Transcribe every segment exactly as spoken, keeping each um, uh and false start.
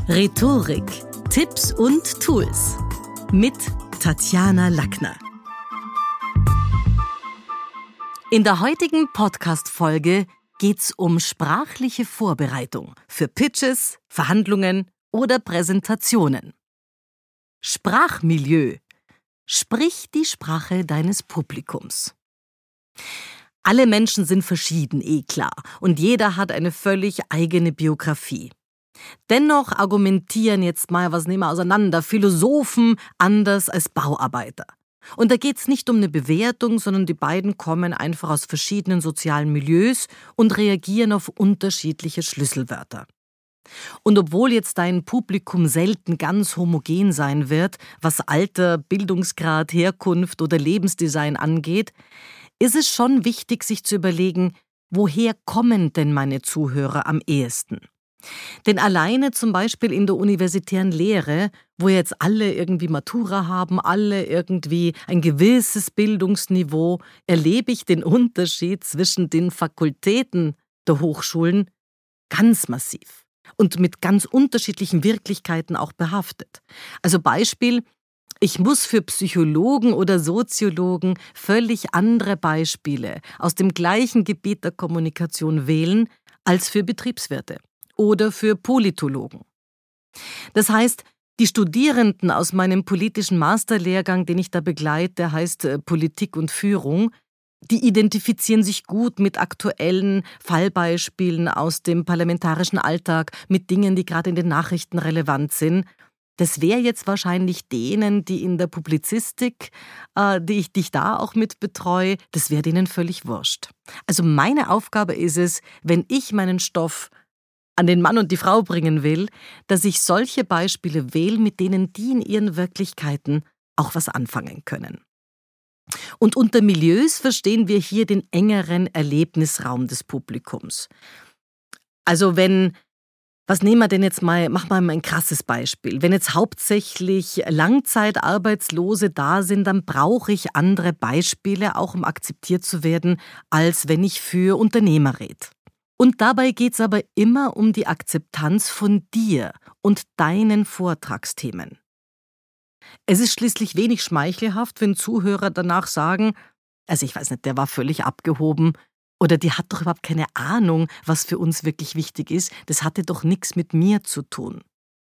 Rhetorik, Tipps und Tools mit Tatjana Lackner. In der heutigen Podcast-Folge geht's um sprachliche Vorbereitung für Pitches, Verhandlungen oder Präsentationen. Sprachmilieu. Sprich die Sprache deines Publikums. Alle Menschen sind verschieden, eh klar, und jeder hat eine völlig eigene Biografie. Dennoch argumentieren jetzt mal, was nehmen wir auseinander, Philosophen anders als Bauarbeiter. Und da geht's nicht um eine Bewertung, sondern die beiden kommen einfach aus verschiedenen sozialen Milieus und reagieren auf unterschiedliche Schlüsselwörter. Und obwohl jetzt dein Publikum selten ganz homogen sein wird, was Alter, Bildungsgrad, Herkunft oder Lebensdesign angeht, ist es schon wichtig, sich zu überlegen, woher kommen denn meine Zuhörer am ehesten? Denn alleine zum Beispiel in der universitären Lehre, wo jetzt alle irgendwie Matura haben, alle irgendwie ein gewisses Bildungsniveau, erlebe ich den Unterschied zwischen den Fakultäten der Hochschulen ganz massiv und mit ganz unterschiedlichen Wirklichkeiten auch behaftet. Also Beispiel: Ich muss für Psychologen oder Soziologen völlig andere Beispiele aus dem gleichen Gebiet der Kommunikation wählen als für Betriebswirte oder für Politologen. Das heißt, die Studierenden aus meinem politischen Masterlehrgang, den ich da begleite, der heißt äh, Politik und Führung, die identifizieren sich gut mit aktuellen Fallbeispielen aus dem parlamentarischen Alltag, mit Dingen, die gerade in den Nachrichten relevant sind. Das wäre jetzt wahrscheinlich denen, die in der Publizistik, äh, die ich dich da auch mit betreue, das wäre denen völlig wurscht. Also meine Aufgabe ist es, wenn ich meinen Stoff an den Mann und die Frau bringen will, dass ich solche Beispiele wähle, mit denen die in ihren Wirklichkeiten auch was anfangen können. Und unter Milieus verstehen wir hier den engeren Erlebnisraum des Publikums. Also wenn, was nehmen wir denn jetzt mal, mach mal ein krasses Beispiel. Wenn jetzt hauptsächlich Langzeitarbeitslose da sind, dann brauche ich andere Beispiele, auch um akzeptiert zu werden, als wenn ich für Unternehmer rede. Und dabei geht es aber immer um die Akzeptanz von dir und deinen Vortragsthemen. Es ist schließlich wenig schmeichelhaft, wenn Zuhörer danach sagen, also ich weiß nicht, der war völlig abgehoben oder die hat doch überhaupt keine Ahnung, was für uns wirklich wichtig ist, das hatte doch nichts mit mir zu tun.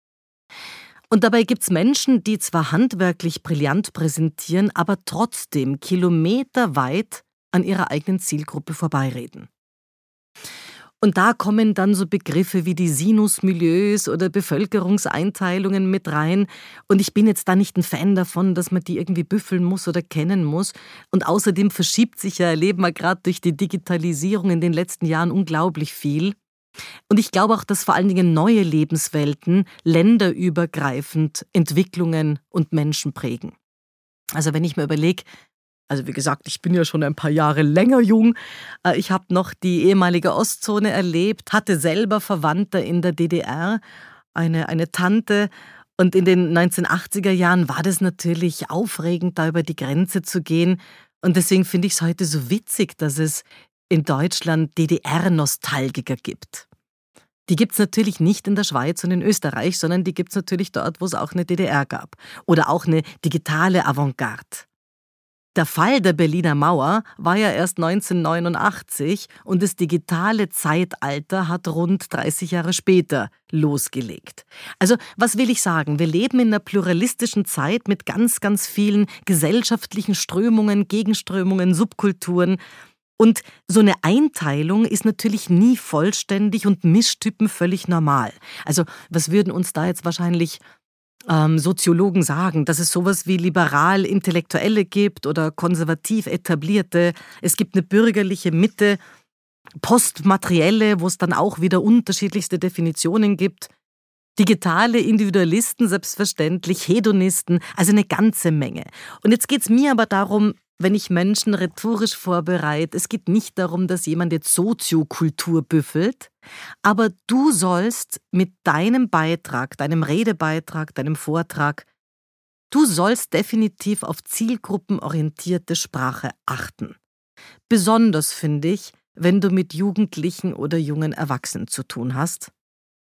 Und dabei gibt es Menschen, die zwar handwerklich brillant präsentieren, aber trotzdem kilometerweit an ihrer eigenen Zielgruppe vorbeireden. Und da kommen dann so Begriffe wie die Sinusmilieus oder Bevölkerungseinteilungen mit rein. Und ich bin jetzt da nicht ein Fan davon, dass man die irgendwie büffeln muss oder kennen muss. Und außerdem verschiebt sich ja, erleben wir gerade durch die Digitalisierung in den letzten Jahren unglaublich viel. Und ich glaube auch, dass vor allen Dingen neue Lebenswelten länderübergreifend Entwicklungen und Menschen prägen. Also wenn ich mir überlege, also wie gesagt, ich bin ja schon ein paar Jahre länger jung. Ich habe noch die ehemalige Ostzone erlebt, hatte selber Verwandte in der D D R, eine, eine Tante. Und in den neunzehnhundertachtziger Jahren war das natürlich aufregend, da über die Grenze zu gehen. Und deswegen finde ich es heute so witzig, dass es in Deutschland D D R-Nostalgiker gibt. Die gibt es natürlich nicht in der Schweiz und in Österreich, sondern die gibt es natürlich dort, wo es auch eine D D R gab. Oder auch eine digitale Avantgarde. Der Fall der Berliner Mauer war ja erst neunzehnhundertneunundachtzig und das digitale Zeitalter hat rund dreißig Jahre später losgelegt. Also, was will ich sagen? Wir leben in einer pluralistischen Zeit mit ganz, ganz vielen gesellschaftlichen Strömungen, Gegenströmungen, Subkulturen. Und so eine Einteilung ist natürlich nie vollständig und Mischtypen völlig normal. Also, was würden uns da jetzt wahrscheinlich Ähm, Soziologen sagen, dass es sowas wie liberal-Intellektuelle gibt oder konservativ Etablierte. Es gibt eine bürgerliche Mitte, postmaterielle, wo es dann auch wieder unterschiedlichste Definitionen gibt. Digitale Individualisten, selbstverständlich, Hedonisten, also eine ganze Menge. Und jetzt geht es mir aber darum, wenn ich Menschen rhetorisch vorbereite, es geht nicht darum, dass jemand jetzt Soziokultur büffelt, aber du sollst mit deinem Beitrag, deinem Redebeitrag, deinem Vortrag, du sollst definitiv auf zielgruppenorientierte Sprache achten. Besonders finde ich, wenn du mit Jugendlichen oder jungen Erwachsenen zu tun hast.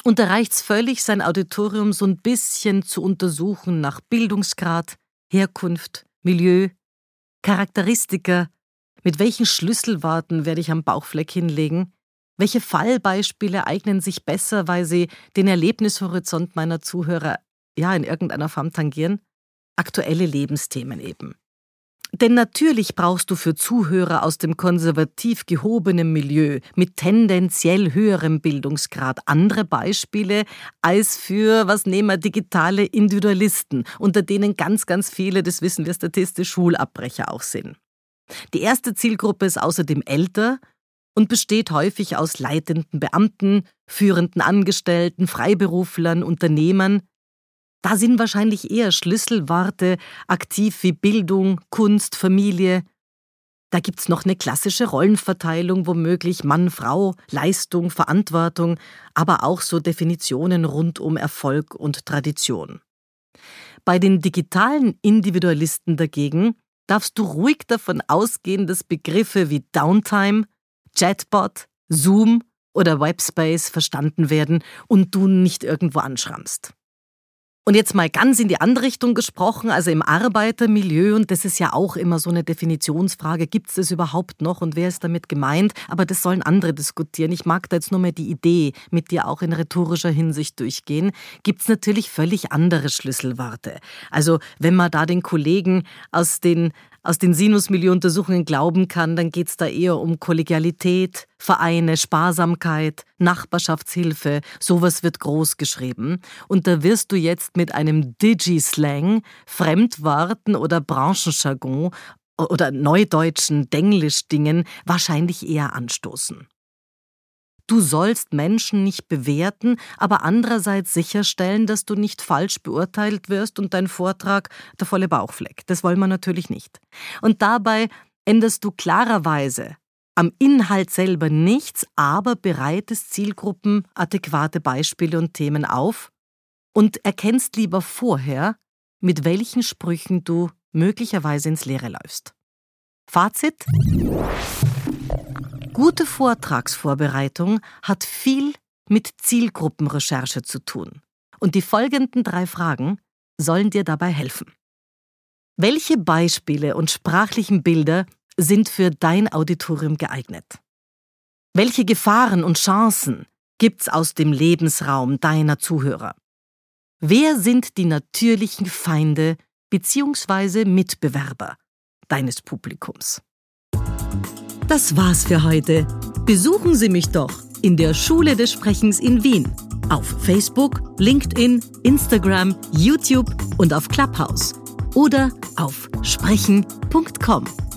Und da reicht's völlig, sein Auditorium so ein bisschen zu untersuchen nach Bildungsgrad, Herkunft, Milieu, Charakteristika, mit welchen Schlüsselworten werde ich am Bauchfleck hinlegen, welche Fallbeispiele eignen sich besser, weil sie den Erlebnishorizont meiner Zuhörer ja in irgendeiner Form tangieren, aktuelle Lebensthemen eben. Denn natürlich brauchst du für Zuhörer aus dem konservativ gehobenen Milieu mit tendenziell höherem Bildungsgrad andere Beispiele als für, was nehmen wir, digitale Individualisten, unter denen ganz, ganz viele, das wissen wir statistisch, Schulabbrecher auch sind. Die erste Zielgruppe ist außerdem älter und besteht häufig aus leitenden Beamten, führenden Angestellten, Freiberuflern, Unternehmern. Da sind wahrscheinlich eher Schlüsselworte aktiv wie Bildung, Kunst, Familie. Da gibt's noch eine klassische Rollenverteilung, womöglich Mann, Frau, Leistung, Verantwortung, aber auch so Definitionen rund um Erfolg und Tradition. Bei den digitalen Individualisten dagegen darfst du ruhig davon ausgehen, dass Begriffe wie Downtime, Chatbot, Zoom oder Webspace verstanden werden und du nicht irgendwo anschrammst. Und jetzt mal ganz in die andere Richtung gesprochen, also im Arbeitermilieu, und das ist ja auch immer so eine Definitionsfrage, gibt es das überhaupt noch und wer ist damit gemeint? Aber das sollen andere diskutieren. Ich mag da jetzt nur mal die Idee mit dir auch in rhetorischer Hinsicht durchgehen. Gibt es natürlich völlig andere Schlüsselworte. Also wenn man da den Kollegen aus den aus den Sinus-Milieu-Untersuchungen glauben kann, dann geht es da eher um Kollegialität, Vereine, Sparsamkeit, Nachbarschaftshilfe, sowas wird groß geschrieben. Und da wirst du jetzt mit einem Digi-Slang, Fremdworten oder Branchenjargon oder neudeutschen Denglisch-Dingen wahrscheinlich eher anstoßen. Du sollst Menschen nicht bewerten, aber andererseits sicherstellen, dass du nicht falsch beurteilt wirst und dein Vortrag der volle Bauchfleck. Das wollen wir natürlich nicht. Und dabei änderst du klarerweise am Inhalt selber nichts, aber bereitest Zielgruppen adäquate Beispiele und Themen auf und erkennst lieber vorher, mit welchen Sprüchen du möglicherweise ins Leere läufst. Fazit? Gute Vortragsvorbereitung hat viel mit Zielgruppenrecherche zu tun. Und die folgenden drei Fragen sollen dir dabei helfen. Welche Beispiele und sprachlichen Bilder sind für dein Auditorium geeignet? Welche Gefahren und Chancen gibt's aus dem Lebensraum deiner Zuhörer? Wer sind die natürlichen Feinde bzw. Mitbewerber deines Publikums? Das war's für heute. Besuchen Sie mich doch in der Schule des Sprechens in Wien. Auf Facebook, LinkedIn, Instagram, YouTube und auf Clubhouse. Oder auf sprechen punkt com.